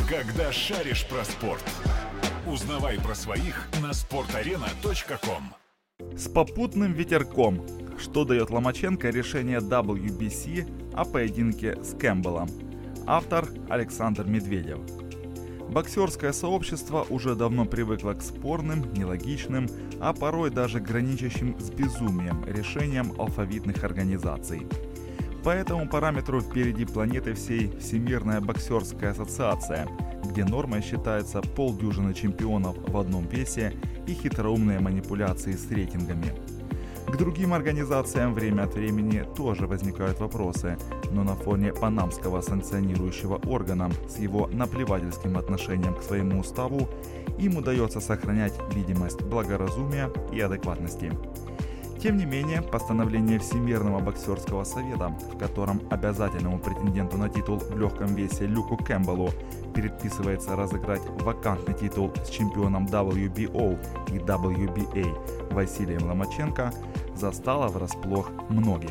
Когда шаришь про спорт. Узнавай про своих на sportarena.com. С попутным ветерком. Что дает Ломаченко решение WBC о поединке с Кэмпбеллом? Автор Александр Медведев. Боксерское сообщество уже давно привыкло к спорным, нелогичным, а порой даже граничащим с безумием решениям алфавитных организаций. По этому параметру впереди планеты всей Всемирная боксерская ассоциация, где нормой считается полдюжины чемпионов в одном весе и хитроумные манипуляции с рейтингами. К другим организациям время от времени тоже возникают вопросы, но на фоне панамского санкционирующего органа с его наплевательским отношением к своему уставу им удается сохранять видимость благоразумия и адекватности. Тем не менее, постановление Всемирного боксерского совета, в котором обязательному претенденту на титул в легком весе Люку Кэмпбеллу предписывается разыграть вакантный титул с чемпионом WBO и WBA Василием Ломаченко, застало врасплох многих.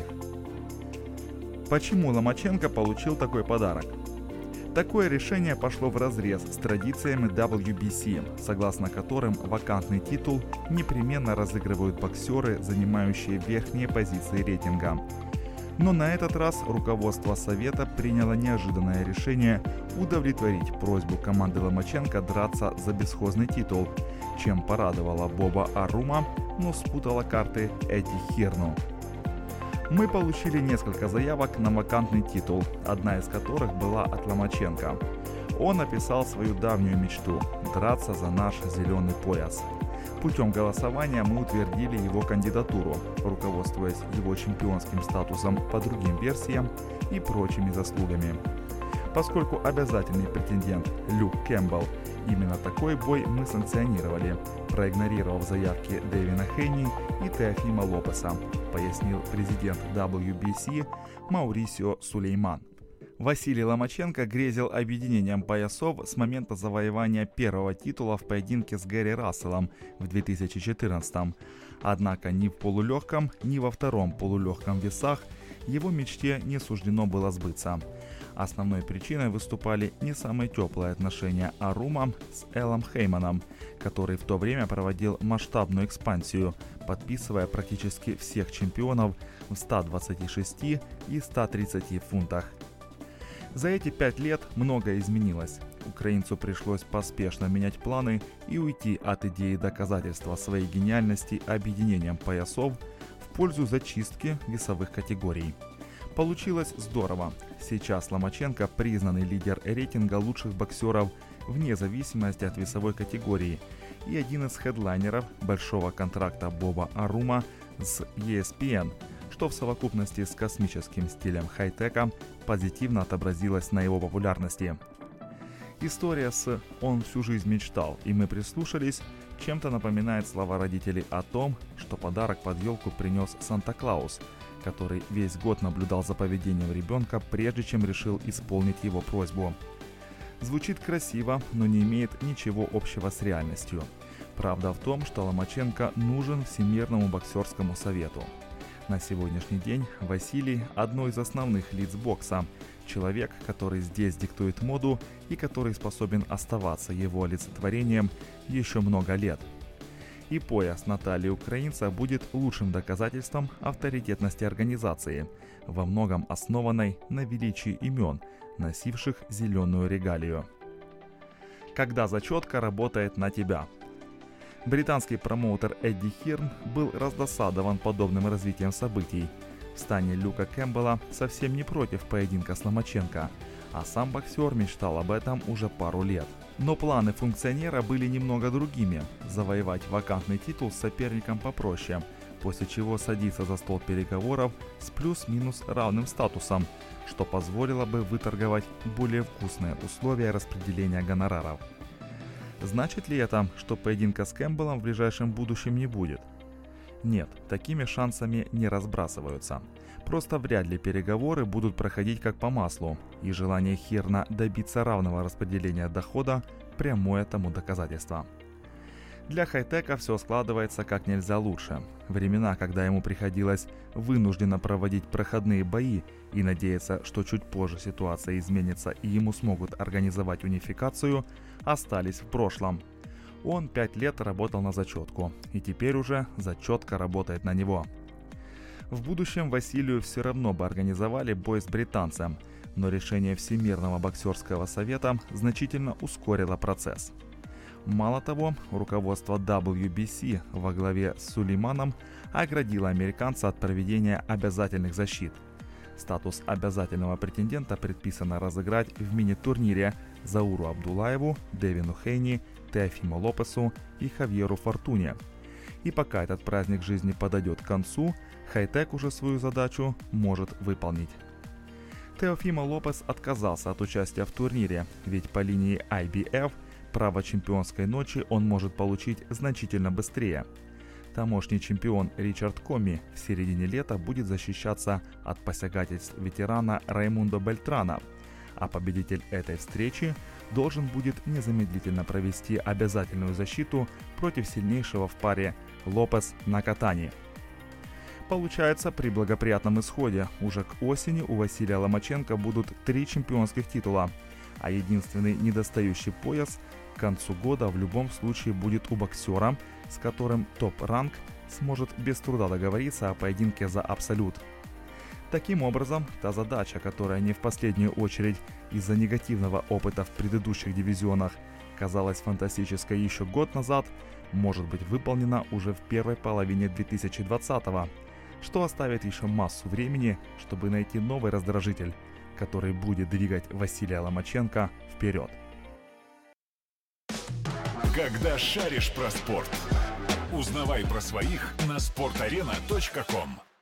Почему Ломаченко получил такой подарок? Такое решение пошло вразрез с традициями WBC, согласно которым вакантный титул непременно разыгрывают боксеры, занимающие верхние позиции рейтинга. Но на этот раз руководство Совета приняло неожиданное решение удовлетворить просьбу команды Ломаченко драться за бесхозный титул, чем порадовало Боба Арума, но спутало карты Эдди Хирну. Мы получили несколько заявок на вакантный титул, одна из которых была от Ломаченко. Он описал свою давнюю мечту – драться за наш зеленый пояс. Путем голосования мы утвердили его кандидатуру, руководствуясь его чемпионским статусом по другим версиям и прочими заслугами. Поскольку обязательный претендент Люк Кэмпбелл, именно такой бой мы санкционировали, проигнорировав заявки Дэвина Хейни и Теофима Лопеса, пояснил президент WBC Маурисио Сулейман. Василий Ломаченко грезил объединением поясов с момента завоевания первого титула в поединке с Гэри Расселом в 2014-м. Однако ни в полулегком, ни во втором полулегком весах его мечте не суждено было сбыться. Основной причиной выступали не самые теплые отношения Арума с Элом Хейманом, который в то время проводил масштабную экспансию, подписывая практически всех чемпионов в 126 и 130 фунтах. За эти 5 лет многое изменилось. Украинцу пришлось поспешно менять планы и уйти от идеи доказательства своей гениальности объединением поясов в пользу зачистки весовых категорий. Получилось здорово. Сейчас Ломаченко признанный лидер рейтинга лучших боксеров вне зависимости от весовой категории и один из хедлайнеров большого контракта Боба Арума с ESPN, что в совокупности с космическим стилем хай-тека позитивно отобразилось на его популярности. История с «он всю жизнь мечтал, и мы прислушались» чем-то напоминает слова родителей о том, что подарок под елку принес Санта-Клаус, который весь год наблюдал за поведением ребенка, прежде чем решил исполнить его просьбу. Звучит красиво, но не имеет ничего общего с реальностью. Правда в том, что Ломаченко нужен Всемирному боксерскому совету. На сегодняшний день Василий – одно из основных лиц бокса, человек, который здесь диктует моду и который способен оставаться его олицетворением еще много лет. И пояс на талии украинца будет лучшим доказательством авторитетности организации, во многом основанной на величии имен, носивших зеленую регалию. Когда зачетка работает на тебя. Британский промоутер Эдди Хирн был раздосадован подобным развитием событий. В стане Люка Кэмпбелла совсем не против поединка с Ломаченко, а сам боксер мечтал об этом уже пару лет. Но планы функционера были немного другими – завоевать вакантный титул с соперником попроще, после чего садиться за стол переговоров с плюс-минус равным статусом, что позволило бы выторговать более вкусные условия распределения гонораров. Значит ли это, что поединка с Кэмпбеллом в ближайшем будущем не будет? Нет, такими шансами не разбрасываются. Просто вряд ли переговоры будут проходить как по маслу, и желание Хирна добиться равного распределения дохода – прямое тому доказательство. Для Хайтека все складывается как нельзя лучше. Времена, когда ему приходилось вынужденно проводить проходные бои и надеяться, что чуть позже ситуация изменится и ему смогут организовать унификацию, остались в прошлом. Он 5 лет работал на зачетку, и теперь уже зачетка работает на него. В будущем Василию все равно бы организовали бой с британцем, но решение Всемирного боксерского совета значительно ускорило процесс. Мало того, руководство WBC во главе с Сулейманом оградило американца от проведения обязательных защит. Статус обязательного претендента предписано разыграть в мини-турнире Зауру Абдулаеву, Девину Хейни, Теофимо Лопесу и Хавьеру Фортуне. И пока этот праздник жизни подойдет к концу, Хайтек уже свою задачу может выполнить. Теофимо Лопес отказался от участия в турнире, ведь по линии IBF право чемпионской ночи он может получить значительно быстрее. Тамошний чемпион Ричард Коми в середине лета будет защищаться от посягательств ветерана Раймундо Бельтрана, а победитель этой встречи должен будет незамедлительно провести обязательную защиту против сильнейшего в паре Лопес-Накатани. Получается, при благоприятном исходе уже к осени у Василия Ломаченко будут 3 чемпионских титула, а единственный недостающий пояс к концу года в любом случае будет у боксера, с которым топ-ранг сможет без труда договориться о поединке за абсолют. Таким образом, та задача, которая не в последнюю очередь из-за негативного опыта в предыдущих дивизионах казалась фантастической еще год назад, может быть выполнена уже в первой половине 2020-го, что оставит еще массу времени, чтобы найти новый раздражитель, который будет двигать Василия Ломаченко вперед. Когда шаришь про спорт, узнавай про своих на sportarena.com.